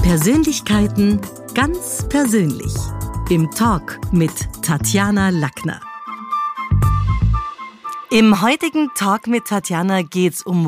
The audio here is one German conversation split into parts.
Persönlichkeiten ganz persönlich. Im Talk mit Tatjana Lackner. Im heutigen Talk mit Tatjana geht's um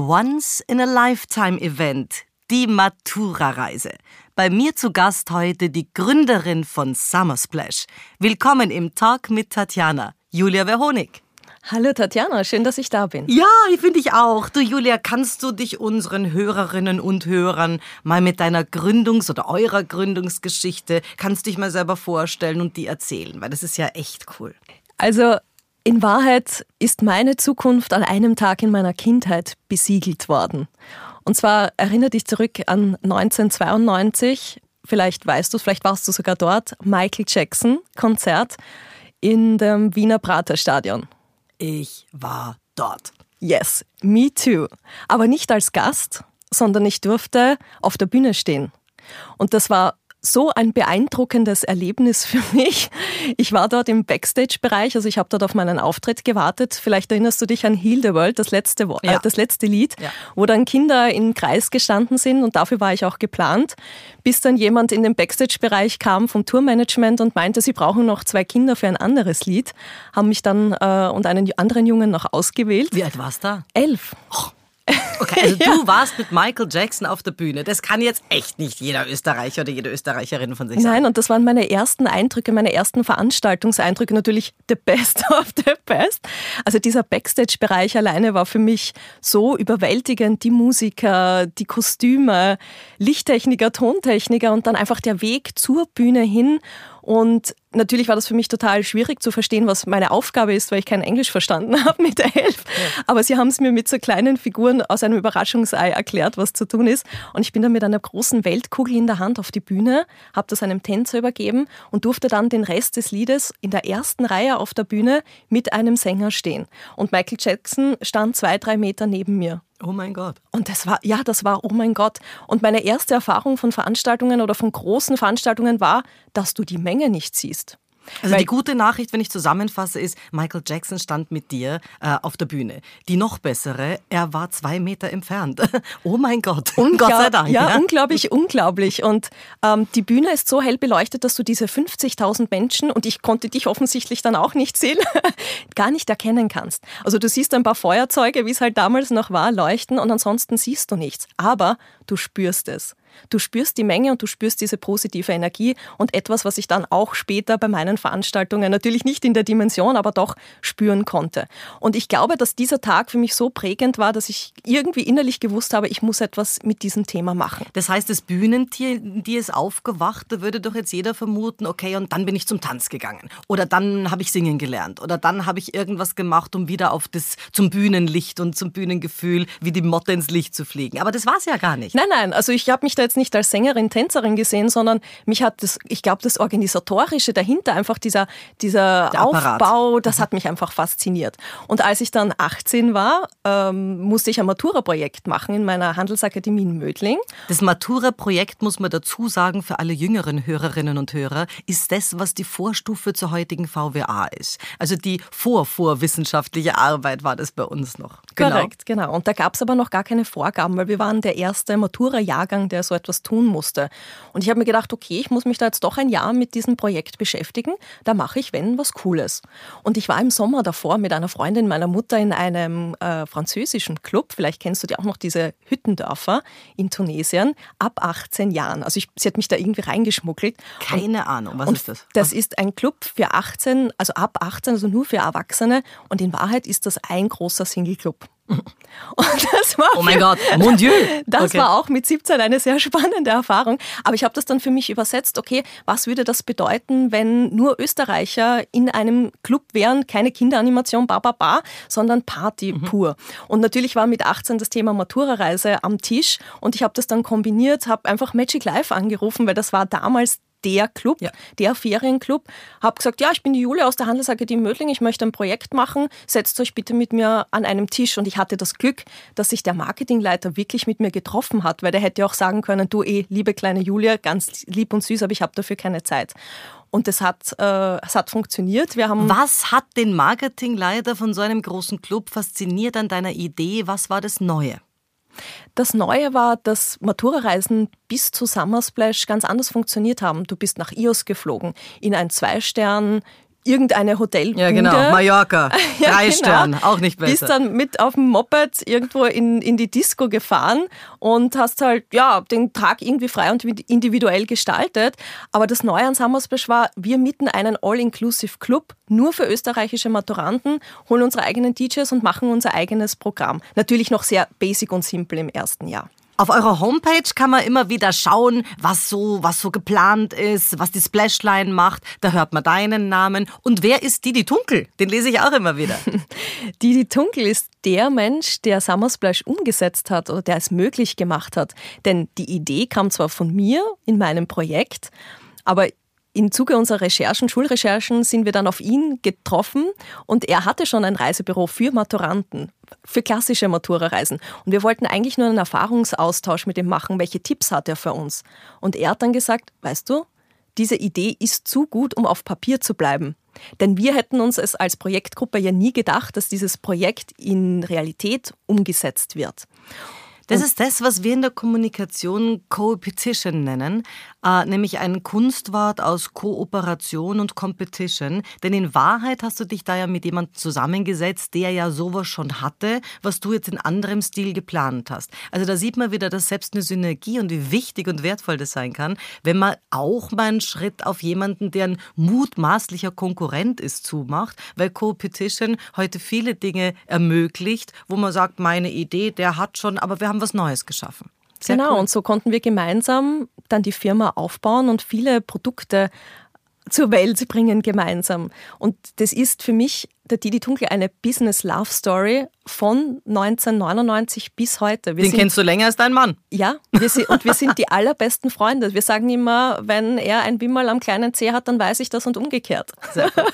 Once-in-a-Lifetime-Event, die Matura-Reise. Bei mir zu Gast heute die Gründerin von Summer Splash. Willkommen im Talk mit Tatjana, Julia Verhonig. Hallo Tatjana, schön, dass ich da bin. Ja, ich finde ich auch. Du Julia, kannst du dich unseren Hörerinnen und Hörern mal mit deiner oder eurer Gründungsgeschichte, kannst du dich mal selber vorstellen und die erzählen? Weil das ist ja echt cool. Also in Wahrheit ist meine Zukunft an einem Tag in meiner Kindheit besiegelt worden. Und zwar erinnere dich zurück an 1992, vielleicht weißt du es, vielleicht warst du sogar dort, Michael Jackson Konzert in dem Wiener Praterstadion. Ich war dort. Yes, me too. Aber nicht als Gast, sondern ich durfte auf der Bühne stehen. Und das war so ein beeindruckendes Erlebnis für mich. Ich war dort im Backstage-Bereich, also ich habe dort auf meinen Auftritt gewartet. Vielleicht erinnerst du dich an Heal the World, das letzte Lied, wo dann Kinder im Kreis gestanden sind und dafür war ich auch geplant. Bis dann jemand in den Backstage-Bereich kam vom Tourmanagement und meinte, sie brauchen noch 2 Kinder für ein anderes Lied, haben mich dann und einen anderen Jungen noch ausgewählt. Wie alt warst du da? 11. Oh. Okay, also du warst mit Michael Jackson auf der Bühne. Das kann jetzt echt nicht jeder Österreicher oder jede Österreicherin von sich sagen. Nein, und das waren meine ersten Eindrücke, meine ersten Veranstaltungseindrücke. Natürlich the best of the best. Also dieser Backstage-Bereich alleine war für mich so überwältigend. Die Musiker, die Kostüme, Lichttechniker, Tontechniker und dann einfach der Weg zur Bühne hin. Und natürlich war das für mich total schwierig zu verstehen, was meine Aufgabe ist, weil ich kein Englisch verstanden habe mit 11. Ja. Aber sie haben es mir mit so kleinen Figuren aus einem Überraschungsei erklärt, was zu tun ist. Und ich bin dann mit einer großen Weltkugel in der Hand auf die Bühne, habe das einem Tänzer übergeben und durfte dann den Rest des Liedes in der ersten Reihe auf der Bühne mit einem Sänger stehen. Und Michael Jackson stand 2-3 Meter neben mir. Oh mein Gott. Und das war oh mein Gott. Und meine erste Erfahrung von Veranstaltungen oder von großen Veranstaltungen war, dass du die Menge nicht siehst. Also die gute Nachricht, wenn ich zusammenfasse, ist, Michael Jackson stand mit dir auf der Bühne. Die noch bessere, er war 2 Meter entfernt. Oh mein Gott, Gott sei Dank. Ja, unglaublich. Und die Bühne ist so hell beleuchtet, dass du diese 50.000 Menschen, und ich konnte dich offensichtlich dann auch nicht sehen, gar nicht erkennen kannst. Also du siehst ein paar Feuerzeuge, wie es halt damals noch war, leuchten und ansonsten siehst du nichts. Aber du spürst es. Du spürst die Menge und du spürst diese positive Energie und etwas, was ich dann auch später bei meinen Veranstaltungen, natürlich nicht in der Dimension, aber doch spüren konnte. Und ich glaube, dass dieser Tag für mich so prägend war, dass ich irgendwie innerlich gewusst habe, ich muss etwas mit diesem Thema machen. Das heißt, das Bühnentier in dir ist aufgewacht, da würde doch jetzt jeder vermuten, okay, und dann bin ich zum Tanz gegangen. Oder dann habe ich singen gelernt. Oder dann habe ich irgendwas gemacht, um wieder zum Bühnenlicht und zum Bühnengefühl wie die Motte ins Licht zu fliegen. Aber das war es ja gar nicht. Nein, also ich habe mich da jetzt nicht als Sängerin, Tänzerin gesehen, sondern mich hat das Organisatorische dahinter, einfach dieser Aufbau, das hat mich einfach fasziniert. Und als ich dann 18 war, musste ich ein Matura-Projekt machen in meiner Handelsakademie in Mödling. Das Matura-Projekt, muss man dazu sagen, für alle jüngeren Hörerinnen und Hörer, ist das, was die Vorstufe zur heutigen VWA ist. Also die vorwissenschaftliche Arbeit war das bei uns noch. Korrekt, genau. Und da gab es aber noch gar keine Vorgaben, weil wir waren der erste Matura-Jahrgang, der so etwas tun musste. Und ich habe mir gedacht, okay, ich muss mich da jetzt doch ein Jahr mit diesem Projekt beschäftigen. Da mache ich, wenn, was Cooles. Und ich war im Sommer davor mit einer Freundin meiner Mutter in einem französischen Club. Vielleicht kennst du die auch noch, diese Hüttendörfer in Tunesien, ab 18 Jahren. Also sie hat mich da irgendwie reingeschmuggelt. Keine Ahnung, was ist das? Das ist ein Club für 18, also ab 18, also nur für Erwachsene. Und in Wahrheit ist das ein großer Single-Club. Und das war oh mein Gott, mon Dieu! Das war auch mit 17 eine sehr spannende Erfahrung. Aber ich habe das dann für mich übersetzt, okay, was würde das bedeuten, wenn nur Österreicher in einem Club wären, keine Kinderanimation, sondern Party pur. Und natürlich war mit 18 das Thema Matura-Reise am Tisch und ich habe das dann kombiniert, habe einfach Magic Life angerufen, weil das war damals der Club, der Ferienclub, habe gesagt, ja, ich bin die Julia aus der Handelsakademie Mödling, ich möchte ein Projekt machen, setzt euch bitte mit mir an einem Tisch. Und ich hatte das Glück, dass sich der Marketingleiter wirklich mit mir getroffen hat, weil der hätte auch sagen können, du liebe kleine Julia, ganz lieb und süß, aber ich habe dafür keine Zeit. Und es hat funktioniert. Was hat den Marketingleiter von so einem großen Club fasziniert an deiner Idee? Was war das Neue? Das Neue war, dass Matura-Reisen bis zu Summer Splash ganz anders funktioniert haben. Du bist nach Ios geflogen, in ein 2-Stern, irgendeine Hotelbude. Ja, genau. Mallorca. 3 Sterne, auch nicht besser. Bist dann mit auf dem Moped irgendwo in die Disco gefahren und hast halt den Tag irgendwie frei und individuell gestaltet. Aber das Neue an Summer Splash war, wir mieten einen All-Inclusive-Club nur für österreichische Maturanten, holen unsere eigenen DJs und machen unser eigenes Programm. Natürlich noch sehr basic und simpel im ersten Jahr. Auf eurer Homepage kann man immer wieder schauen, was so geplant ist, was die Splashline macht. Da hört man deinen Namen. Und wer ist Didi Tunkel? Den lese ich auch immer wieder. Didi Tunkel ist der Mensch, der Summer Splash umgesetzt hat oder der es möglich gemacht hat. Denn die Idee kam zwar von mir in meinem Projekt, aber im Zuge unserer Schulrecherchen sind wir dann auf ihn getroffen und er hatte schon ein Reisebüro für Maturanten, für klassische Matura-Reisen. Und wir wollten eigentlich nur einen Erfahrungsaustausch mit ihm machen, welche Tipps hat er für uns. Und er hat dann gesagt, weißt du, diese Idee ist zu gut, um auf Papier zu bleiben. Denn wir hätten uns es als Projektgruppe ja nie gedacht, dass dieses Projekt in Realität umgesetzt wird. Das ist das, was wir in der Kommunikation Co-Petition nennen, nämlich ein Kunstwort aus Kooperation und Competition. Denn in Wahrheit hast du dich da ja mit jemandem zusammengesetzt, der ja sowas schon hatte, was du jetzt in anderem Stil geplant hast. Also da sieht man wieder, dass selbst eine Synergie und wie wichtig und wertvoll das sein kann, wenn man auch mal einen Schritt auf jemanden, der ein mutmaßlicher Konkurrent ist, zumacht, weil Co-Petition heute viele Dinge ermöglicht, wo man sagt, meine Idee, der hat schon, aber wir haben was Neues geschaffen. Sehr genau, cool. Und so konnten wir gemeinsam dann die Firma aufbauen und viele Produkte zur Welt bringen gemeinsam. Und das ist für mich, der Didi Tunkel, eine Business-Love-Story von 1999 bis heute. Den kennst du länger als dein Mann. Ja, wir sind die allerbesten Freunde. Wir sagen immer, wenn er ein Wimmerl am kleinen Zeh hat, dann weiß ich das und umgekehrt. Sehr gut.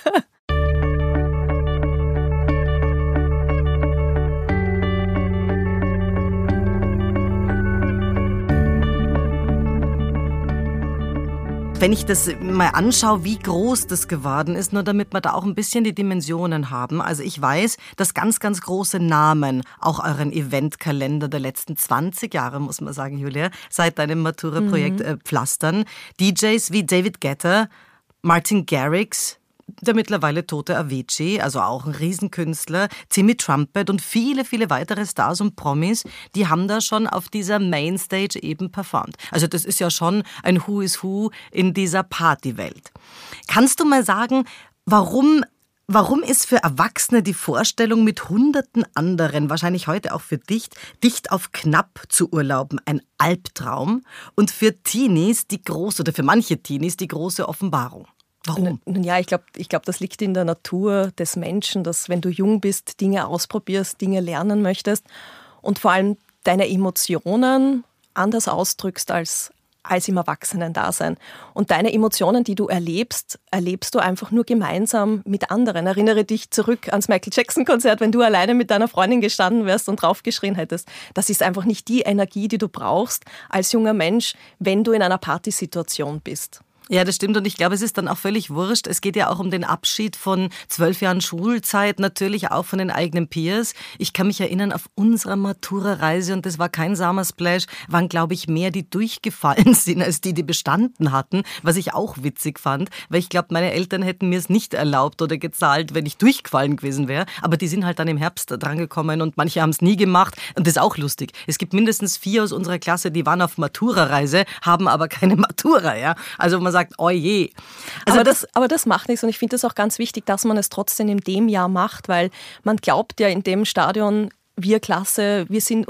Wenn ich das mal anschaue, wie groß das geworden ist, nur damit wir da auch ein bisschen die Dimensionen haben. Also ich weiß, dass ganz, ganz große Namen auch euren Eventkalender der letzten 20 Jahre, muss man sagen, Julia, seit deinem Matura-Projekt pflastern. DJs wie David Guetta, Martin Garrix, der mittlerweile tote Avicii, also auch ein Riesenkünstler, Timmy Trumpet und viele, viele weitere Stars und Promis, die haben da schon auf dieser Mainstage eben performt. Also das ist ja schon ein Who is Who in dieser Partywelt. Kannst du mal sagen, warum ist für Erwachsene die Vorstellung, mit hunderten anderen, wahrscheinlich heute auch für dich, dicht auf knapp zu urlauben, ein Albtraum und für Teenies oder für manche Teenies die große Offenbarung? Warum? Nun ja, ich glaube, das liegt in der Natur des Menschen, dass wenn du jung bist, Dinge ausprobierst, Dinge lernen möchtest und vor allem deine Emotionen anders ausdrückst als im Erwachsenen-Dasein. Und deine Emotionen, die du erlebst du einfach nur gemeinsam mit anderen. Erinnere dich zurück ans Michael Jackson-Konzert, wenn du alleine mit deiner Freundin gestanden wärst und draufgeschrien hättest. Das ist einfach nicht die Energie, die du brauchst als junger Mensch, wenn du in einer Partysituation bist. Ja, das stimmt und ich glaube, es ist dann auch völlig wurscht. Es geht ja auch um den Abschied von 12 Jahren Schulzeit, natürlich auch von den eigenen Peers. Ich kann mich erinnern, auf unserer Matura-Reise, und das war kein Summer Splash, waren, glaube ich, mehr, die durchgefallen sind, als die bestanden hatten, was ich auch witzig fand, weil ich glaube, meine Eltern hätten mir es nicht erlaubt oder gezahlt, wenn ich durchgefallen gewesen wäre. Aber die sind halt dann im Herbst drangekommen und manche haben es nie gemacht und das ist auch lustig. Es gibt mindestens 4 aus unserer Klasse, die waren auf Matura-Reise, haben aber keine Matura, ja. Also man sagt, oh je. Also aber das macht nichts und ich finde es auch ganz wichtig, dass man es trotzdem in dem Jahr macht, weil man glaubt ja in dem Stadion, wir Klasse, wir sind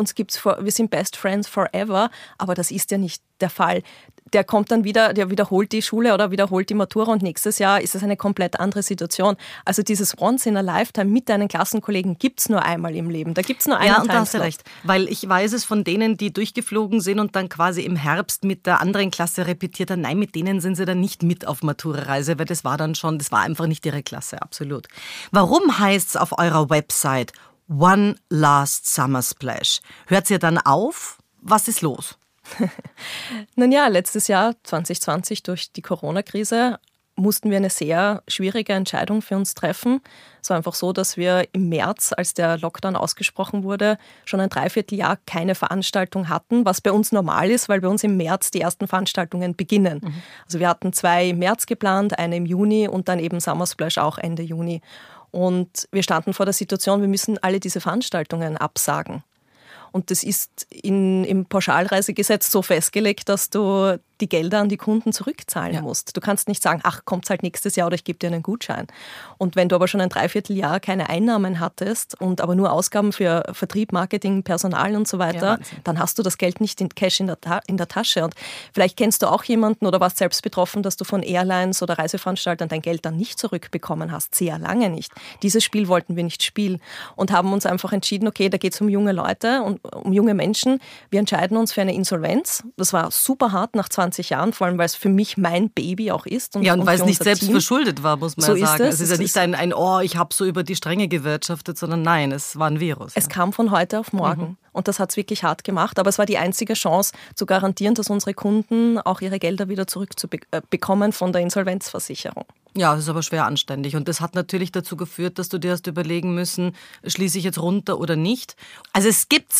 best friends forever, aber das ist ja nicht der Fall. Der kommt dann wieder, der wiederholt die Schule oder wiederholt die Matura und nächstes Jahr ist es eine komplett andere Situation. Also dieses Once in a Lifetime mit deinen Klassenkollegen gibt es nur einmal im Leben. Da gibt es nur einen Timeslot. Ja, und da hast du recht. Weil ich weiß es von denen, die durchgeflogen sind und dann quasi im Herbst mit der anderen Klasse repetiert haben. Nein, mit denen sind sie dann nicht mit auf Matura-Reise, weil das war einfach nicht ihre Klasse, absolut. Warum heißt es auf eurer Website One Last Summer Splash? Hört ihr dann auf? Was ist los? Nun ja, letztes Jahr, 2020, durch die Corona-Krise, mussten wir eine sehr schwierige Entscheidung für uns treffen. Es war einfach so, dass wir im März, als der Lockdown ausgesprochen wurde, schon ein Dreivierteljahr keine Veranstaltung hatten, was bei uns normal ist, weil bei uns im März die ersten Veranstaltungen beginnen. Also wir hatten 2 im März geplant, eine im Juni und dann eben Summer Splash auch Ende Juni. Und wir standen vor der Situation, wir müssen alle diese Veranstaltungen absagen. Und das ist im Pauschalreisegesetz so festgelegt, dass du die Gelder an die Kunden zurückzahlen musst. Du kannst nicht sagen, ach, kommt's halt nächstes Jahr oder ich gebe dir einen Gutschein. Und wenn du aber schon ein Dreivierteljahr keine Einnahmen hattest und aber nur Ausgaben für Vertrieb, Marketing, Personal und so weiter, dann hast du das Geld nicht in Cash in der Tasche. Und vielleicht kennst du auch jemanden oder warst selbst betroffen, dass du von Airlines oder Reiseveranstaltern dein Geld dann nicht zurückbekommen hast. Sehr lange nicht. Dieses Spiel wollten wir nicht spielen und haben uns einfach entschieden, okay, da geht es um junge Leute und um junge Menschen. Wir entscheiden uns für eine Insolvenz. Das war super hart nach 20 Jahren, vor allem weil es für mich mein Baby auch ist. Und weil es nicht selbst Team verschuldet war, muss man so sagen. Ist es ist ja nicht ich habe so über die Stränge gewirtschaftet, sondern nein, es war ein Virus. Es kam von heute auf morgen. Und das hat es wirklich hart gemacht. Aber es war die einzige Chance, zu garantieren, dass unsere Kunden auch ihre Gelder wieder zurückbekommen von der Insolvenzversicherung. Ja, das ist aber schwer anständig. Und das hat natürlich dazu geführt, dass du dir hast überlegen müssen, schließe ich jetzt runter oder nicht. Also es gibt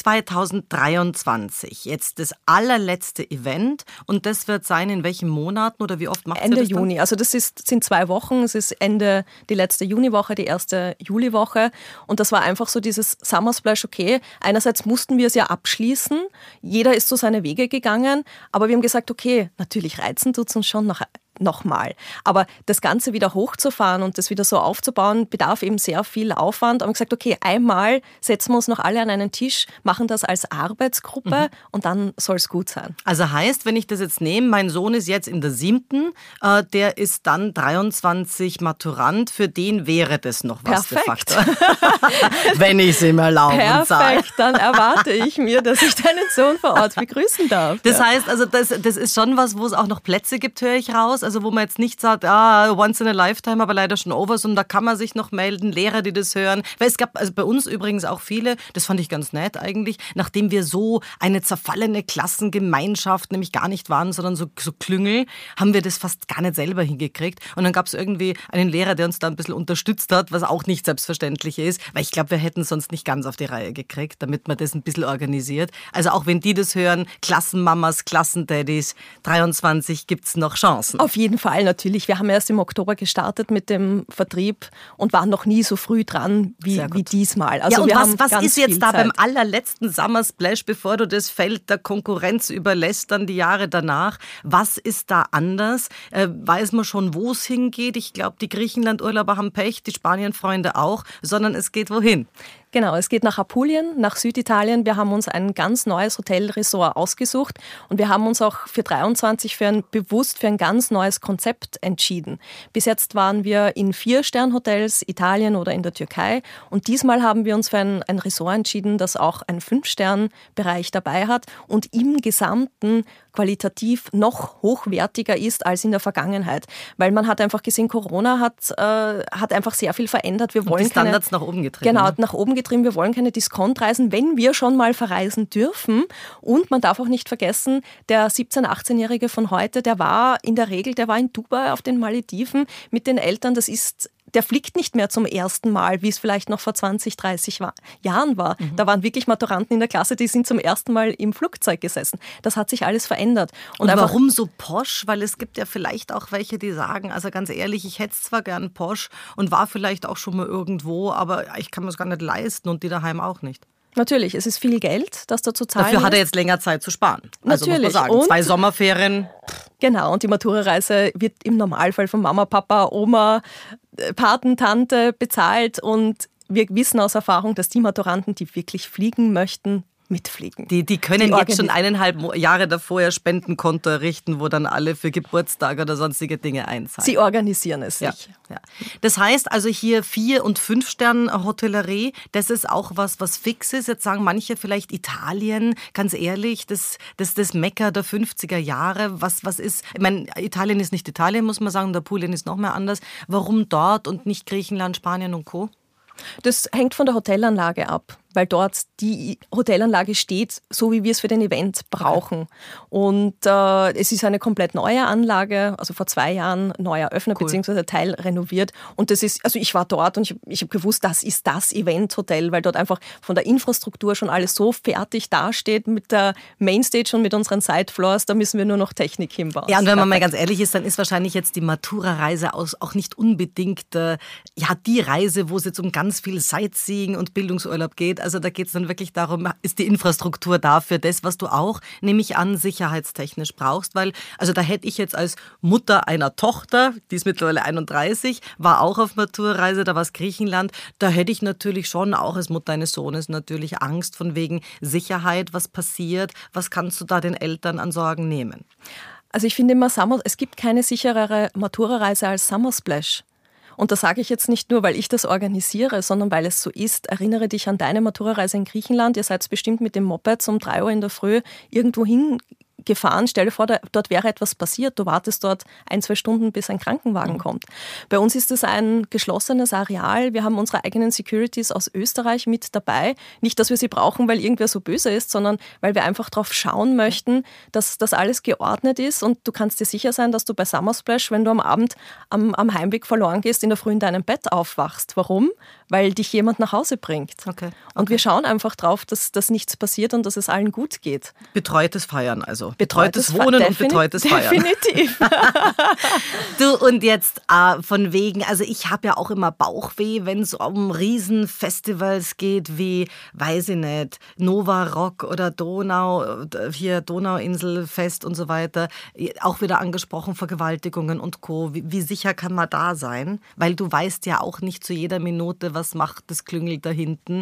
2023 jetzt das allerletzte Event und das wird sein in welchen Monaten oder wie oft macht ihr das Ende Juni. Also das sind 2 Wochen. Es ist die letzte Juniwoche, die erste Juliwoche. Und das war einfach so dieses Summer Splash, okay, einerseits mussten wir es ja abschließen. Jeder ist so seine Wege gegangen. Aber wir haben gesagt, okay, natürlich reizen tut es uns schon nochmal. Aber das Ganze wieder hochzufahren und das wieder so aufzubauen, bedarf eben sehr viel Aufwand. Und wir gesagt, okay, einmal setzen wir uns noch alle an einen Tisch, machen das als Arbeitsgruppe und dann soll es gut sein. Also heißt, wenn ich das jetzt nehme, mein Sohn ist jetzt in der 7., der ist dann 23 Maturant, für den wäre das noch was de facto. Wenn ich es ihm erlaube und sage. Perfekt, dann erwarte ich mir, dass ich deinen Sohn vor Ort begrüßen darf. Das heißt, also das ist schon was, wo es auch noch Plätze gibt, höre ich raus. Also wo man jetzt nicht sagt, once in a lifetime, aber leider schon over, sondern da kann man sich noch melden, Lehrer, die das hören. Weil es gab also bei uns übrigens auch viele, das fand ich ganz nett eigentlich, nachdem wir so eine zerfallene Klassengemeinschaft nämlich gar nicht waren, sondern so Klüngel, haben wir das fast gar nicht selber hingekriegt. Und dann gab es irgendwie einen Lehrer, der uns da ein bisschen unterstützt hat, was auch nicht selbstverständlich ist, weil ich glaube, wir hätten es sonst nicht ganz auf die Reihe gekriegt, damit man das ein bisschen organisiert. Also auch wenn die das hören, Klassenmamas, Klassendaddys, 23 gibt es noch Chancen. Auf jeden Fall, natürlich. Wir haben erst im Oktober gestartet mit dem Vertrieb und waren noch nie so früh dran wie diesmal. Also ja, und was ist jetzt da beim allerletzten Summer Splash, bevor du das Feld der Konkurrenz überlässt, dann die Jahre danach? Was ist da anders? Weiß man schon, wo es hingeht? Ich glaube, die Griechenland-Urlauber haben Pech, die Spanien-Freunde auch, sondern es geht wohin? Genau, es geht nach Apulien, nach Süditalien. Wir haben uns ein ganz neues Hotelresort ausgesucht und wir haben uns auch für 23 bewusst für ein ganz neues Konzept entschieden. Bis jetzt waren wir in 4-Stern-Hotels, Italien oder in der Türkei und diesmal haben wir uns für ein Resort entschieden, das auch einen 5-Stern-Bereich dabei hat und im Gesamten qualitativ noch hochwertiger ist als in der Vergangenheit. Weil man hat einfach gesehen, Corona hat einfach sehr viel verändert. Wir wollen die Standards nach oben getrieben. Genau, nach oben getrieben. Wir wollen keine Diskontreisen, wenn wir schon mal verreisen dürfen. Und man darf auch nicht vergessen, der 17-, 18-Jährige von heute, der war in Dubai auf den Malediven mit den Eltern. Der fliegt nicht mehr zum ersten Mal, wie es vielleicht noch vor 20, 30 Jahren war. Da waren wirklich Maturanten in der Klasse, die sind zum ersten Mal im Flugzeug gesessen. Das hat sich alles verändert. Und warum so posch? Weil es gibt ja vielleicht auch welche, die sagen, also ganz ehrlich, ich hätte es zwar gern posch und war vielleicht auch schon mal irgendwo, aber ich kann mir es gar nicht leisten und die daheim auch nicht. Natürlich, es ist viel Geld, das da zu zahlen Dafür hat er jetzt länger Zeit zu sparen. Also natürlich. Muss man sagen, 2 Sommerferien. Genau, und die Matura-Reise wird im Normalfall von Mama, Papa, Oma, Paten, Tante bezahlt. Und wir wissen aus Erfahrung, dass die Maturanten, die wirklich fliegen möchten, mitfliegen. Die können jetzt schon 1,5 Jahre davor ihr Spendenkonto errichten, wo dann alle für Geburtstage oder sonstige Dinge einzahlen. Sie organisieren es sich. Ja. Das heißt also hier 4- und 5-Stern-Hotellerie, das ist auch was fix ist. Jetzt sagen manche vielleicht Italien, ganz ehrlich, das Mekka der 50er Jahre. Was ist, ich meine, Italien ist nicht Italien, muss man sagen, der Apulien ist noch mehr anders. Warum dort und nicht Griechenland, Spanien und Co.? Das hängt von der Hotelanlage ab. weil dort die Hotellanlage steht, so wie wir es für den Event brauchen. Okay. Und es ist eine komplett neue Anlage, also vor 2 Jahren neu eröffnet, beziehungsweise teilrenoviert. Und das ist, also ich war dort und ich habe gewusst, das ist das Eventhotel, weil dort einfach von der Infrastruktur schon alles so fertig dasteht mit der Mainstage und mit unseren Sidefloors, da müssen wir nur noch Technik hinbauen. Ja, und wenn man mal ganz ehrlich ist, dann ist wahrscheinlich jetzt die Matura-Reise auch nicht unbedingt die Reise, wo es jetzt um ganz viel Sightseeing und Bildungsurlaub geht. Also da geht es dann wirklich darum, ist die Infrastruktur da für das, was du auch, nehme ich an, sicherheitstechnisch brauchst, weil, also da hätte ich jetzt als Mutter einer Tochter, die ist mittlerweile 31, war auch auf Matura-Reise, da war es Griechenland, da hätte ich natürlich schon auch als Mutter eines Sohnes natürlich Angst von wegen Sicherheit, was passiert, was kannst du da den Eltern an Sorgen nehmen? Also ich finde immer, es gibt keine sicherere Matura-Reise als Summer Splash. Und das sage ich jetzt nicht nur, weil ich das organisiere, sondern weil es so ist. Erinnere dich an deine Matura-Reise in Griechenland. Ihr seid bestimmt mit dem Moped um 3 Uhr in der Früh irgendwo hingefahren. Stell dir vor, dort wäre etwas passiert. Du wartest dort 1-2 Stunden, bis ein Krankenwagen kommt. Bei uns ist es ein geschlossenes Areal. Wir haben unsere eigenen Securities aus Österreich mit dabei. Nicht, dass wir sie brauchen, weil irgendwer so böse ist, sondern weil wir einfach darauf schauen möchten, dass das alles geordnet ist. Und du kannst dir sicher sein, dass du bei Summer Splash, wenn du am Abend am Heimweg verloren gehst, in der Früh in deinem Bett aufwachst. Warum? Weil dich jemand nach Hause bringt. Okay. Und wir schauen einfach drauf, dass nichts passiert und dass es allen gut geht. Betreutes Feiern also. Betreutes Wohnen und betreutes Feiern. Definitiv. Du, und jetzt von wegen, also ich habe ja auch immer Bauchweh, wenn es um Riesenfestivals geht, wie, weiß ich nicht, Nova Rock oder Donauinselfest und so weiter. Auch wieder angesprochen, Vergewaltigungen und Co. Wie sicher kann man da sein? Weil du weißt ja auch nicht zu jeder Minute, was macht das Klüngel da hinten.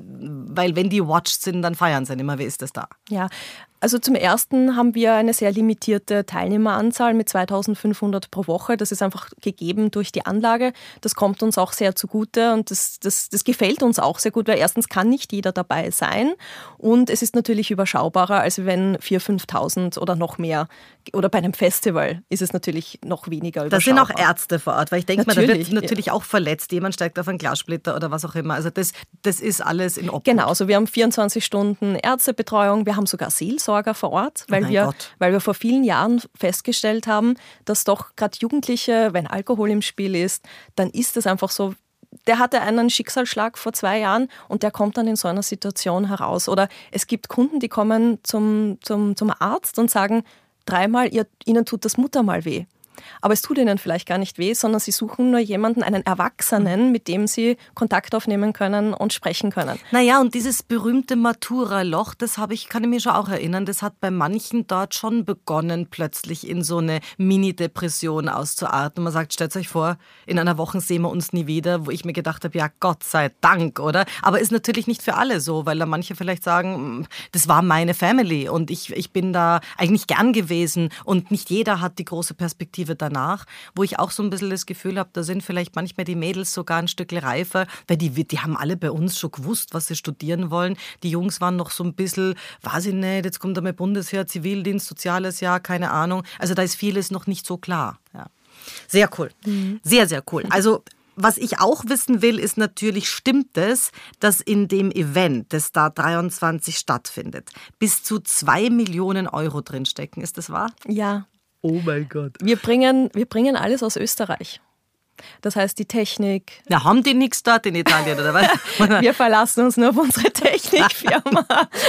Weil wenn die watched sind, dann feiern sie nicht mehr. Wie ist das da? Ja, also zum Ersten haben wir eine sehr limitierte Teilnehmeranzahl mit 2.500 pro Woche. Das ist einfach gegeben durch die Anlage. Das kommt uns auch sehr zugute und das gefällt uns auch sehr gut, weil erstens kann nicht jeder dabei sein und es ist natürlich überschaubarer, als wenn 4.000, 5.000 oder noch mehr. Oder bei einem Festival ist es natürlich noch weniger überschaubar. Da sind auch Ärzte vor Ort, weil ich denke mal, da wird natürlich auch verletzt. Jemand steigt auf einen Glassplitter oder was auch immer. Also das ist alles in Ordnung. Genau, also wir haben 24 Stunden Ärztebetreuung, wir haben sogar Seelsorger vor Ort, weil wir vor vielen Jahren festgestellt haben, dass doch gerade Jugendliche, wenn Alkohol im Spiel ist, dann ist es einfach so, der hatte einen Schicksalsschlag vor 2 Jahren und der kommt dann in so einer Situation heraus. Oder es gibt Kunden, die kommen zum Arzt und sagen, 3-mal, ihnen tut das Muttermal weh. Aber es tut ihnen vielleicht gar nicht weh, sondern sie suchen nur jemanden, einen Erwachsenen, mit dem sie Kontakt aufnehmen können und sprechen können. Naja, und dieses berühmte Matura-Loch, kann ich mir schon auch erinnern, das hat bei manchen dort schon begonnen, plötzlich in so eine Mini-Depression auszuarten. Und man sagt, stellt euch vor, in einer Woche sehen wir uns nie wieder, wo ich mir gedacht habe, ja Gott sei Dank, oder? Aber ist natürlich nicht für alle so, weil da manche vielleicht sagen, das war meine Family und ich bin da eigentlich gern gewesen und nicht jeder hat die große Perspektive danach, wo ich auch so ein bisschen das Gefühl habe, da sind vielleicht manchmal die Mädels sogar ein Stück reifer, weil die haben alle bei uns schon gewusst, was sie studieren wollen. Die Jungs waren noch so ein bisschen, weiß ich nicht, jetzt kommt einmal Bundesheer, Zivildienst, soziales Jahr, keine Ahnung. Also da ist vieles noch nicht so klar. Ja. Sehr cool. Sehr, sehr cool. Also was ich auch wissen will, ist natürlich, stimmt es, dass in dem Event, das da 23 stattfindet, bis zu 2 Millionen Euro drinstecken? Ist das wahr? Ja. Oh mein Gott. Wir bringen alles aus Österreich. Das heißt, die Technik. Na, haben die nichts dort in Italien, oder was? Wir verlassen uns nur auf unsere Technikfirma.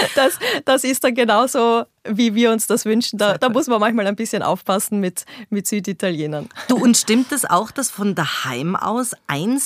Das ist dann genauso, wie wir uns das wünschen. Da muss man manchmal ein bisschen aufpassen mit Süditalienern. Du, und stimmt es auch, dass von daheim aus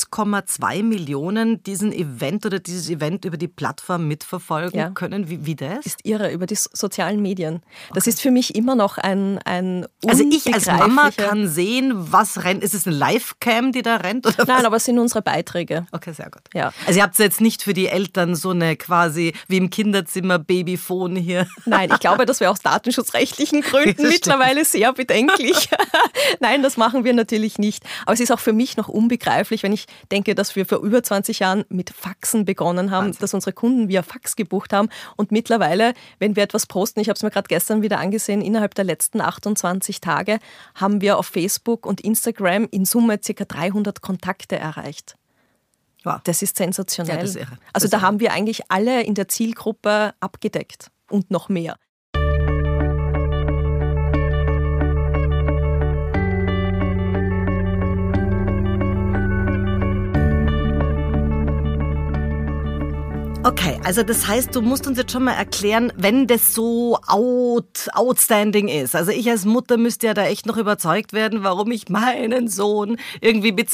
1,2 Millionen dieses Event über die Plattform mitverfolgen können? Wie das? Ist irre, über die sozialen Medien. Das ist für mich immer noch ein Also ich als Mama kann sehen, was rennt. Ist es eine Live-Cam, die da rennt? Oder was? Nein, aber es sind unsere Beiträge. Okay, sehr gut. Ja. Also ihr habt jetzt nicht für die Eltern so eine quasi wie im Kinderzimmer Babyphone hier. Nein, ich glaube, das wäre aus datenschutzrechtlichen Gründen mittlerweile sehr bedenklich. Nein, das machen wir natürlich nicht. Aber es ist auch für mich noch unbegreiflich, wenn ich denke, dass wir vor über 20 Jahren mit Faxen begonnen haben, dass unsere Kunden via Fax gebucht haben und mittlerweile, wenn wir etwas posten, ich habe es mir gerade gestern wieder angesehen, innerhalb der letzten 28 Tage haben wir auf Facebook und Instagram in Summe ca. 300 Kontakte erreicht. Wow. Das ist sensationell. Ja, das ist irre. Also da haben wir eigentlich alle in der Zielgruppe abgedeckt und noch mehr. Okay, also das heißt, du musst uns jetzt schon mal erklären, wenn das so outstanding ist. Also ich als Mutter müsste ja da echt noch überzeugt werden, warum ich meinen Sohn irgendwie mit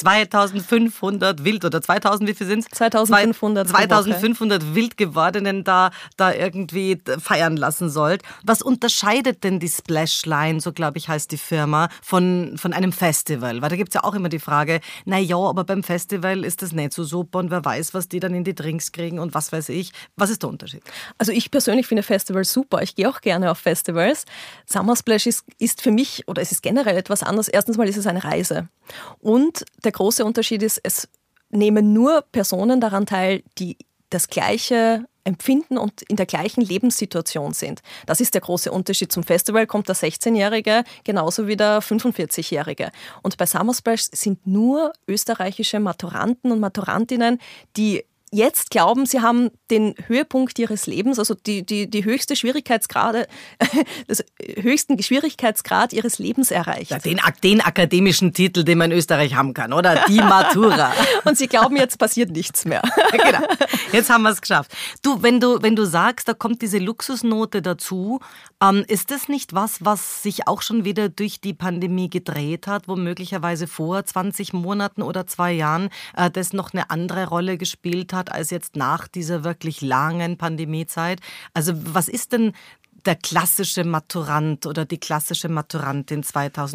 2500 wild oder 2000, wie viel sind es? 2500. 2500 wild gewordenen da irgendwie feiern lassen sollt. Was unterscheidet denn die Splashline, so glaube ich heißt die Firma, von einem Festival? Weil da gibt es ja auch immer die Frage, naja, aber beim Festival ist das nicht so super und wer weiß, was die dann in die Drinks kriegen und was weiß ich. Was ist der Unterschied? Also ich persönlich finde Festivals super. Ich gehe auch gerne auf Festivals. Summer Splash ist für mich, oder es ist generell etwas anderes. Erstens mal ist es eine Reise. Und der große Unterschied ist, es nehmen nur Personen daran teil, die das Gleiche empfinden und in der gleichen Lebenssituation sind. Das ist der große Unterschied. Zum Festival kommt der 16-Jährige genauso wie der 45-Jährige. Und bei Summer Splash sind nur österreichische Maturanten und Maturantinnen, die jetzt glauben, sie haben den Höhepunkt ihres Lebens, also die höchste Schwierigkeitsgrade, das höchsten Schwierigkeitsgrad ihres Lebens erreicht. Ja, den akademischen Titel, den man in Österreich haben kann, oder? Die Matura. Und sie glauben, jetzt passiert nichts mehr. Genau. Jetzt haben wir es geschafft. Du, wenn du sagst, da kommt diese Luxusnote dazu, ist das nicht was sich auch schon wieder durch die Pandemie gedreht hat, wo möglicherweise vor 20 Monaten oder 2 Jahren das noch eine andere Rolle gespielt hat, als jetzt nach dieser wirklich langen Pandemiezeit? Also was ist denn der klassische Maturant oder die klassische Maturantin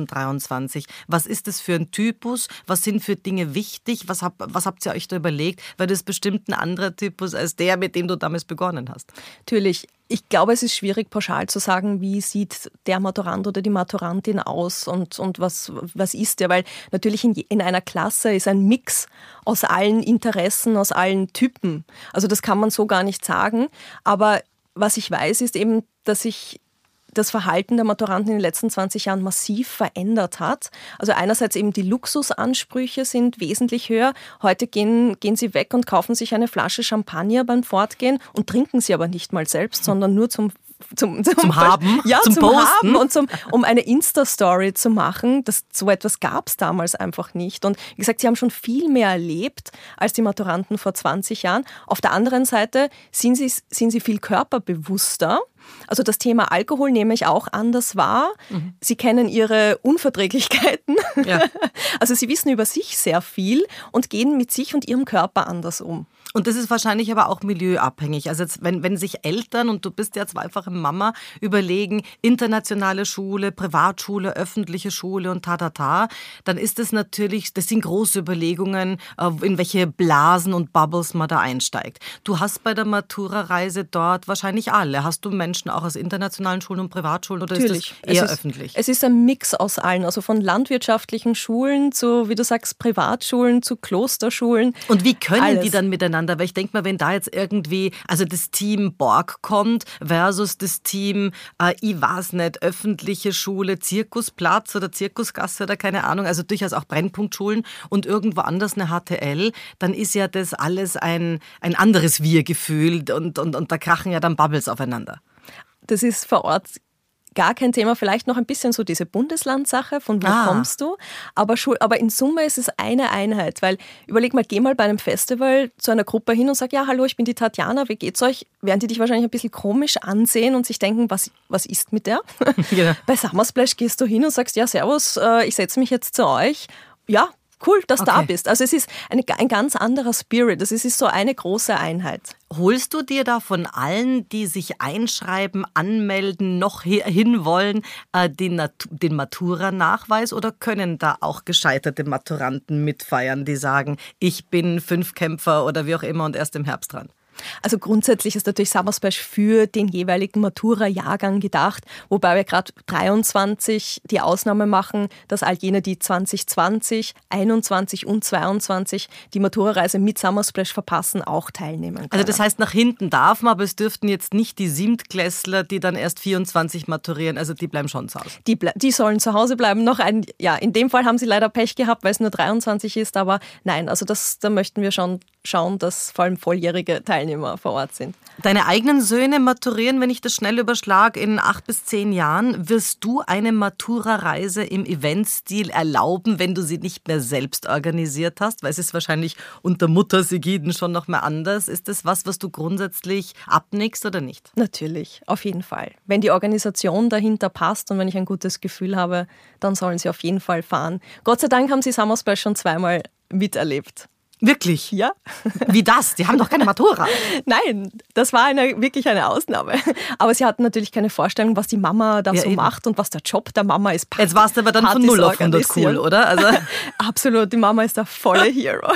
2023? Was ist das für ein Typus? Was sind für Dinge wichtig? Was habt ihr euch da überlegt? Weil das ist bestimmt ein anderer Typus als der, mit dem du damals begonnen hast. Natürlich. Ich glaube, es ist schwierig, pauschal zu sagen, wie sieht der Maturant oder die Maturantin aus und was ist der? Weil natürlich in einer Klasse ist ein Mix aus allen Interessen, aus allen Typen. Also das kann man so gar nicht sagen. Aber was ich weiß, ist eben, dass sich das Verhalten der Maturanten in den letzten 20 Jahren massiv verändert hat. Also einerseits eben die Luxusansprüche sind wesentlich höher. Heute gehen sie weg und kaufen sich eine Flasche Champagner beim Fortgehen und trinken sie aber nicht mal selbst, sondern nur zum Haben, ja, zum Posten. Haben und um eine Insta-Story zu machen. So etwas gab es damals einfach nicht. Und wie gesagt, sie haben schon viel mehr erlebt als die Maturanten vor 20 Jahren. Auf der anderen Seite sind sie viel körperbewusster. Also das Thema Alkohol nehme ich auch anders wahr. Sie kennen ihre Unverträglichkeiten. Ja. Also sie wissen über sich sehr viel und gehen mit sich und ihrem Körper anders um. Und das ist wahrscheinlich aber auch milieuabhängig. Also jetzt, wenn sich Eltern, und du bist ja zweifache Mama, überlegen, internationale Schule, Privatschule, öffentliche Schule und dann ist das natürlich, das sind große Überlegungen, in welche Blasen und Bubbles man da einsteigt. Du hast bei der Matura-Reise dort wahrscheinlich alle. Hast du Menschen auch aus internationalen Schulen und Privatschulen oder natürlich. Ist das eher öffentlich? Es ist ein Mix aus allen, also von landwirtschaftlichen Schulen zu, wie du sagst, Privatschulen zu Klosterschulen. Und wie können alles. Die dann miteinander? Weil ich denke mal, wenn da jetzt irgendwie, also das Team Borg kommt versus das Team, ich weiß nicht, öffentliche Schule, Zirkusplatz oder Zirkusgasse oder keine Ahnung, also durchaus auch Brennpunktschulen und irgendwo anders eine HTL, dann ist ja das alles ein anderes Wir-Gefühl und da krachen ja dann Bubbles aufeinander. Das ist vor Ort gar kein Thema, vielleicht noch ein bisschen so diese Bundeslandsache, von wo kommst du, aber in Summe ist es eine Einheit, weil überleg mal, geh mal bei einem Festival zu einer Gruppe hin und sag, ja, hallo, ich bin die Tatjana, wie geht's euch? Werden die dich wahrscheinlich ein bisschen komisch ansehen und sich denken, was ist mit der? Ja. Bei Summer Splash gehst du hin und sagst, ja, servus, ich setze mich jetzt zu euch. Ja, cool, dass du da bist. Also es ist ein ganz anderer Spirit. Es ist so eine große Einheit. Holst du dir da von allen, die sich einschreiben, anmelden, noch hinwollen, den Matura-Nachweis oder können da auch gescheiterte Maturanten mitfeiern, die sagen, ich bin Fünfkämpfer oder wie auch immer und erst im Herbst dran? Also grundsätzlich ist natürlich Summer Splash für den jeweiligen Matura-Jahrgang gedacht, wobei wir gerade 23 die Ausnahme machen, dass all jene, die 2020, 21 und 22 die Matura-Reise mit Summer Splash verpassen, auch teilnehmen können. Also das heißt, nach hinten darf man, aber es dürften jetzt nicht die Siebtklässler, die dann erst 24 maturieren, also die bleiben schon zu Hause. Die sollen zu Hause bleiben. In dem Fall haben sie leider Pech gehabt, weil es nur 23 ist, aber nein, also da möchten wir schon schauen, dass vor allem volljährige Teilnehmer vor Ort sind. Deine eigenen Söhne maturieren, wenn ich das schnell überschlage, in 8 bis 10 Jahren. Wirst du eine Matura-Reise im Eventstil erlauben, wenn du sie nicht mehr selbst organisiert hast? Weil es ist wahrscheinlich unter Muttersegiden schon noch mal anders. Ist das was du grundsätzlich abnickst oder nicht? Natürlich, auf jeden Fall. Wenn die Organisation dahinter passt und wenn ich ein gutes Gefühl habe, dann sollen sie auf jeden Fall fahren. Gott sei Dank haben sie Summer Splash schon zweimal miterlebt. Wirklich? Ja. Wie das? Die haben doch keine Matura. Nein, das war wirklich eine Ausnahme. Aber sie hatten natürlich keine Vorstellung, was die Mama da so macht und was der Job der Mama ist. Jetzt warst du aber dann von 0 auf 100 cool, oder? Also absolut, die Mama ist der volle Hero.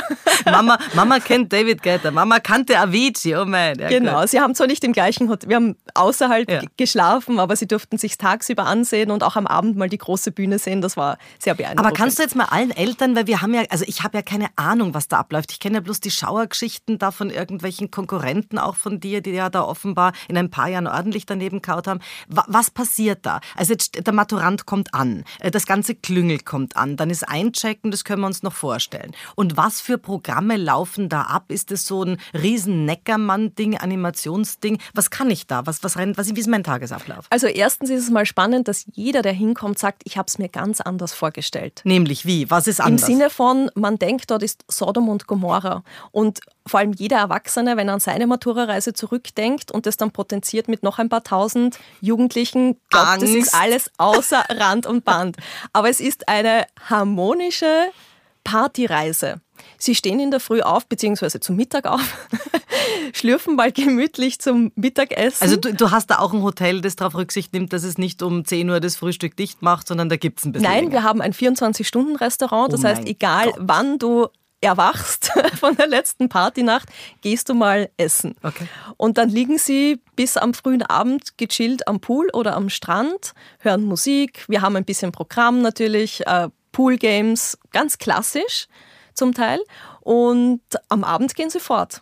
Mama kennt David Guetta, Mama kannte Avicii, oh mein. Ja, genau, gut. sie haben zwar nicht im gleichen Hotel, wir haben außerhalb geschlafen, aber sie durften sich tagsüber ansehen und auch am Abend mal die große Bühne sehen. Das war sehr beeindruckend. Aber kannst du jetzt mal allen Eltern, weil wir haben ja, also ich habe ja keine Ahnung, was da abläuft. Ich kenne ja bloß die Schauergeschichten da von irgendwelchen Konkurrenten auch von dir, die ja da offenbar in ein paar Jahren ordentlich daneben kaut haben. Was passiert da? Also jetzt, der Maturant kommt an, das ganze Klüngel kommt an, dann ist Einchecken, das können wir uns noch vorstellen. Und was für Programme laufen da ab? Ist das so ein riesen Neckermann-Ding, Animationsding? Was kann ich da? Wie ist mein Tagesablauf? Also erstens ist es mal spannend, dass jeder, der hinkommt, sagt, ich habe es mir ganz anders vorgestellt. Nämlich wie? Was ist anders? Im Sinne von, man denkt, dort ist Sodom und Gomorra. Und vor allem jeder Erwachsene, wenn er an seine Matura-Reise zurückdenkt und das dann potenziert mit noch ein paar tausend Jugendlichen, glaubt, das ist alles außer Rand und Band. Aber es ist eine harmonische Partyreise. Sie stehen in der Früh auf, beziehungsweise zum Mittag auf, schlürfen mal gemütlich zum Mittagessen. Also du hast da auch ein Hotel, das darauf Rücksicht nimmt, dass es nicht um 10 Uhr das Frühstück dicht macht, sondern da gibt es ein bisschen Nein, länger. Wir haben ein 24-Stunden-Restaurant. Das heißt, egal wann du erwachst von der letzten Partynacht, gehst du mal essen. Okay. Und dann liegen sie bis am frühen Abend gechillt am Pool oder am Strand, hören Musik. Wir haben ein bisschen Programm natürlich, Poolgames, ganz klassisch zum Teil. Und am Abend gehen sie fort.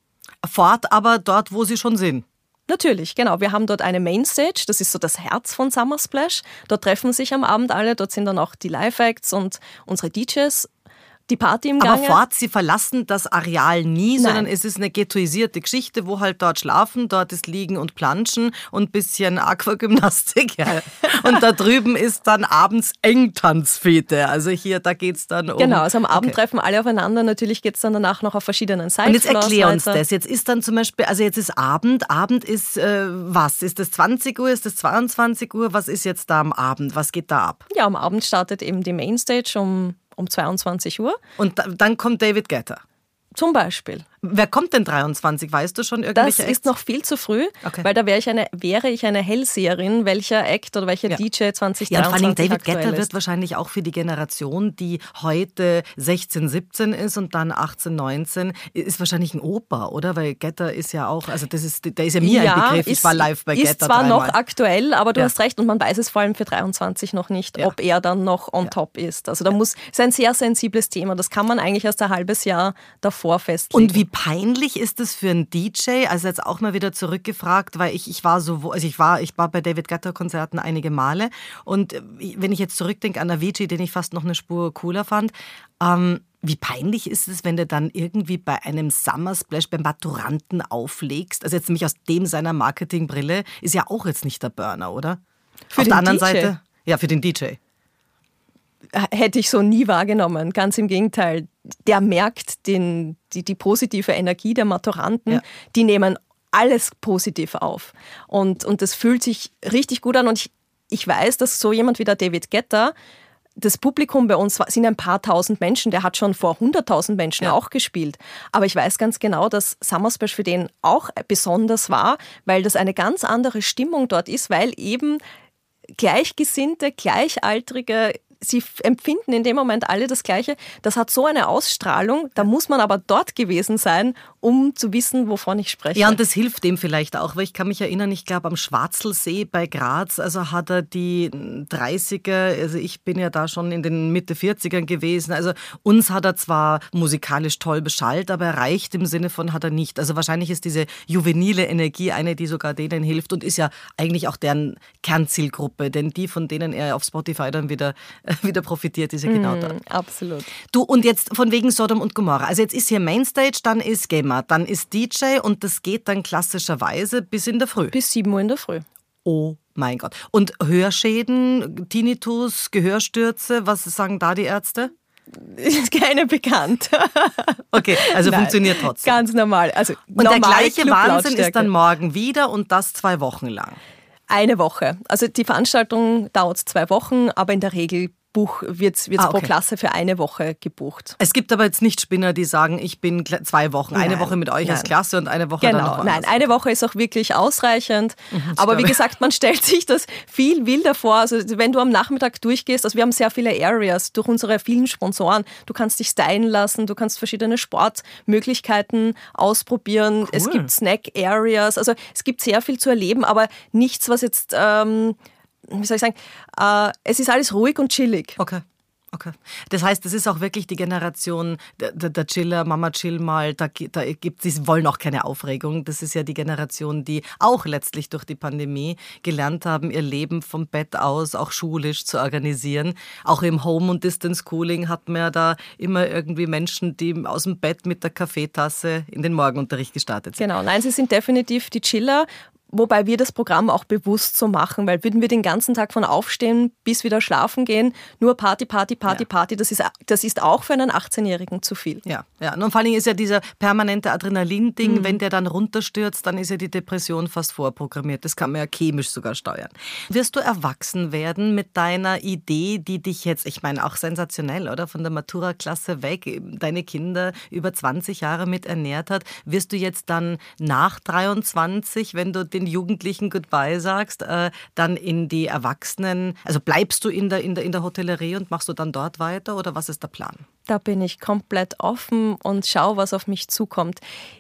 Fort, aber dort, wo sie schon sind. Natürlich, genau. Wir haben dort eine Mainstage, das ist so das Herz von Summer Splash. Dort treffen sich am Abend alle, dort sind dann auch die Live-Acts und unsere DJs. Die Party im Gange. Aber fort, sie verlassen das Areal nie, sondern es ist eine ghettoisierte Geschichte, wo halt dort schlafen, dort ist Liegen und Planschen und ein bisschen Aquagymnastik. Ja. Und da drüben ist dann abends Engtanzfete. Also hier, da geht's dann um... Genau, also am Abend treffen alle aufeinander. Natürlich geht's dann danach noch auf verschiedenen Seiten. Und jetzt erklär uns das. Jetzt ist dann zum Beispiel, also jetzt ist Abend. Abend ist was? Ist das 20 Uhr? Ist das 22 Uhr? Was ist jetzt da am Abend? Was geht da ab? Ja, am Abend startet eben die Mainstage um 22 Uhr. Und dann kommt David Guetta. Zum Beispiel. Wer kommt denn 23? Weißt du schon irgendwelche Das ist noch viel zu früh, okay. Weil da wäre ich eine Hellseherin, welcher Act oder welcher DJ 2023 Ja, und vor allem David Guetta wird wahrscheinlich auch für die Generation, die heute 16, 17 ist und dann 18, 19, ist wahrscheinlich ein Oper, oder? Weil Guetta ist ja auch, also der ist ja mir ein Begriff, ich war live bei Guetta. Ist zwar dreimal. noch aktuell, aber du hast recht und man weiß es vor allem für 23 noch nicht, ob er dann noch on top ist. Also da ist ein sehr sensibles Thema, das kann man eigentlich erst ein halbes Jahr davor festlegen. Und wie peinlich ist es für einen DJ? Also jetzt auch mal wieder zurückgefragt, weil ich war bei David Guetta Konzerten einige Male und wenn ich jetzt zurückdenke an Avicii, den ich fast noch eine Spur cooler fand, wie peinlich ist es, wenn du dann irgendwie bei einem Summer Splash beim Maturanten auflegst? Also jetzt nämlich aus dem seiner Marketingbrille ist ja auch jetzt nicht der Burner, oder? Für Auf den der anderen DJ? Seite, ja, für den DJ. Hätte ich so nie wahrgenommen. Ganz im Gegenteil. Der merkt die positive Energie der Maturanten. Ja. Die nehmen alles positiv auf. Und das fühlt sich richtig gut an. Und ich weiß, dass so jemand wie der David Guetta, das Publikum bei uns sind ein paar tausend Menschen. Der hat schon vor 100.000 Menschen auch gespielt. Aber ich weiß ganz genau, dass Summer Splash für den auch besonders war, weil das eine ganz andere Stimmung dort ist, weil eben Gleichgesinnte, Gleichaltrige sie empfinden in dem Moment alle das Gleiche. Das hat so eine Ausstrahlung, da muss man aber dort gewesen sein, um zu wissen, wovon ich spreche. Ja, und das hilft dem vielleicht auch, weil ich kann mich erinnern, ich glaube am Schwarzelsee bei Graz, also hat er die 30er, also ich bin ja da schon in den Mitte 40ern gewesen, also uns hat er zwar musikalisch toll beschallt, aber erreicht im Sinne von hat er nicht. Also wahrscheinlich ist diese juvenile Energie eine, die sogar denen hilft und ist ja eigentlich auch deren Kernzielgruppe, denn die, von denen er auf Spotify dann wieder profitiert, ist ja genau da. Absolut. Du, und jetzt von wegen Sodom und Gomorra. Also jetzt ist hier Mainstage, dann ist GEMA, dann ist DJ und das geht dann klassischerweise bis in der Früh. Bis 7 Uhr in der Früh. Oh mein Gott. Und Hörschäden, Tinnitus, Gehörstürze, was sagen da die Ärzte? Ist keine bekannt. Okay, also funktioniert trotzdem. Ganz normal. Also und der gleiche Wahnsinn ist dann morgen wieder und das 2 Wochen lang. Eine Woche. Also die Veranstaltung dauert 2 Wochen, aber in der Regel wird's pro Klasse für eine Woche gebucht. Es gibt aber jetzt nicht Spinner, die sagen, ich bin 2 Wochen, eine Woche mit euch als Klasse und eine Woche dann noch woanders. Nein, eine Woche ist auch wirklich ausreichend. Aber wie gesagt, man stellt sich das viel wilder vor. Also wenn du am Nachmittag durchgehst, also wir haben sehr viele Areas durch unsere vielen Sponsoren. Du kannst dich stylen lassen, du kannst verschiedene Sportmöglichkeiten ausprobieren. Cool. Es gibt Snack-Areas, also es gibt sehr viel zu erleben, aber nichts, was jetzt... wie soll ich sagen, es ist alles ruhig und chillig. Okay. Das heißt, das ist auch wirklich die Generation der Chiller, Mama chill mal, sie wollen auch keine Aufregung. Das ist ja die Generation, die auch letztlich durch die Pandemie gelernt haben, ihr Leben vom Bett aus auch schulisch zu organisieren. Auch im Home- und Distance-Schooling hat man ja da immer irgendwie Menschen, die aus dem Bett mit der Kaffeetasse in den Morgenunterricht gestartet sind. Genau, nein, sie sind definitiv die Chiller. Wobei wir das Programm auch bewusst so machen, weil würden wir den ganzen Tag von aufstehen bis wieder schlafen gehen, nur Party, das ist auch für einen 18-Jährigen zu viel. Ja. Und vor allem ist ja dieser permanente Adrenalin-Ding, wenn der dann runterstürzt, dann ist ja die Depression fast vorprogrammiert. Das kann man ja chemisch sogar steuern. Wirst du erwachsen werden mit deiner Idee, die dich jetzt, ich meine auch sensationell, oder? Von der Matura-Klasse weg, deine Kinder über 20 Jahre mit ernährt hat. Wirst du jetzt dann nach 23, wenn du den Jugendlichen Goodbye sagst, dann in die Erwachsenen, also bleibst du in der Hotellerie und machst du dann dort weiter oder was ist der Plan? Da bin ich komplett offen und schaue, was auf mich zukommt.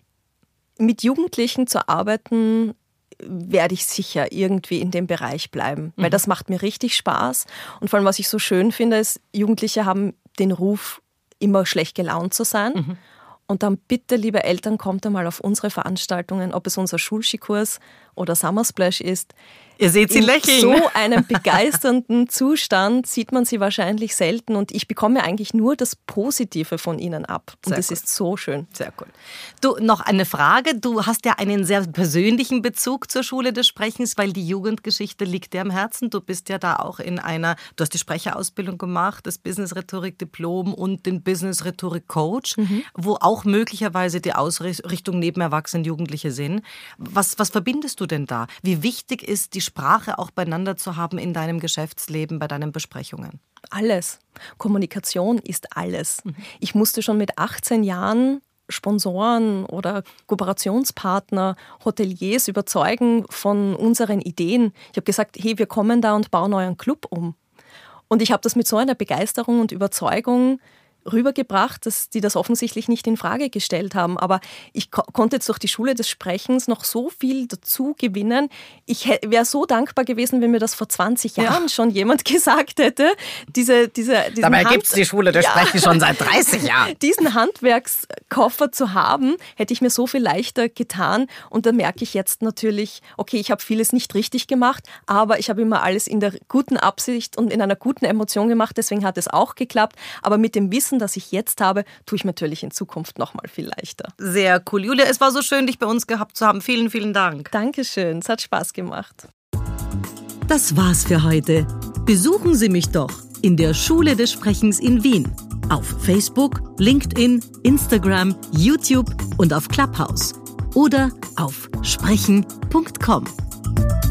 Mit Jugendlichen zu arbeiten, werde ich sicher irgendwie in dem Bereich bleiben, weil das macht mir richtig Spaß und vor allem, was ich so schön finde, ist, Jugendliche haben den Ruf, immer schlecht gelaunt zu sein. Und dann bitte, liebe Eltern, kommt einmal auf unsere Veranstaltungen, ob es unser Schulskikurs oder Summer Splash ist. Ihr seht sie lächeln. In so einem begeisternden Zustand sieht man sie wahrscheinlich selten und ich bekomme eigentlich nur das Positive von ihnen ab. Und das ist so schön. Sehr cool. Du, noch eine Frage. Du hast ja einen sehr persönlichen Bezug zur Schule des Sprechens, weil die Jugendgeschichte liegt dir am Herzen. Du bist ja da auch du hast die Sprecherausbildung gemacht, das Business-Rhetorik-Diplom und den Business-Rhetorik-Coach, wo auch möglicherweise die Ausrichtung neben Erwachsenen Jugendliche sind. Was verbindest du denn da? Wie wichtig ist die Sprache auch beieinander zu haben in deinem Geschäftsleben, bei deinen Besprechungen? Alles. Kommunikation ist alles. Ich musste schon mit 18 Jahren Sponsoren oder Kooperationspartner, Hoteliers überzeugen von unseren Ideen. Ich habe gesagt, hey, wir kommen da und bauen euren Club um. Und ich habe das mit so einer Begeisterung und Überzeugung rübergebracht, dass die das offensichtlich nicht in Frage gestellt haben. Aber ich konnte jetzt durch die Schule des Sprechens noch so viel dazu gewinnen. Ich wäre so dankbar gewesen, wenn mir das vor 20 Jahren schon jemand gesagt hätte. Dabei gibt es die Schule des Sprechens schon seit 30 Jahren. Diesen Handwerkskoffer zu haben, hätte ich mir so viel leichter getan. Und da merke ich jetzt natürlich, okay, ich habe vieles nicht richtig gemacht, aber ich habe immer alles in der guten Absicht und in einer guten Emotion gemacht. Deswegen hat es auch geklappt. Aber mit dem Wissen, das ich jetzt habe, tue ich natürlich in Zukunft noch mal viel leichter. Sehr cool. Julia, es war so schön, dich bei uns gehabt zu haben. Vielen, vielen Dank. Dankeschön, es hat Spaß gemacht. Das war's für heute. Besuchen Sie mich doch in der Schule des Sprechens in Wien. Auf Facebook, LinkedIn, Instagram, YouTube und auf Clubhouse. Oder auf sprechen.com.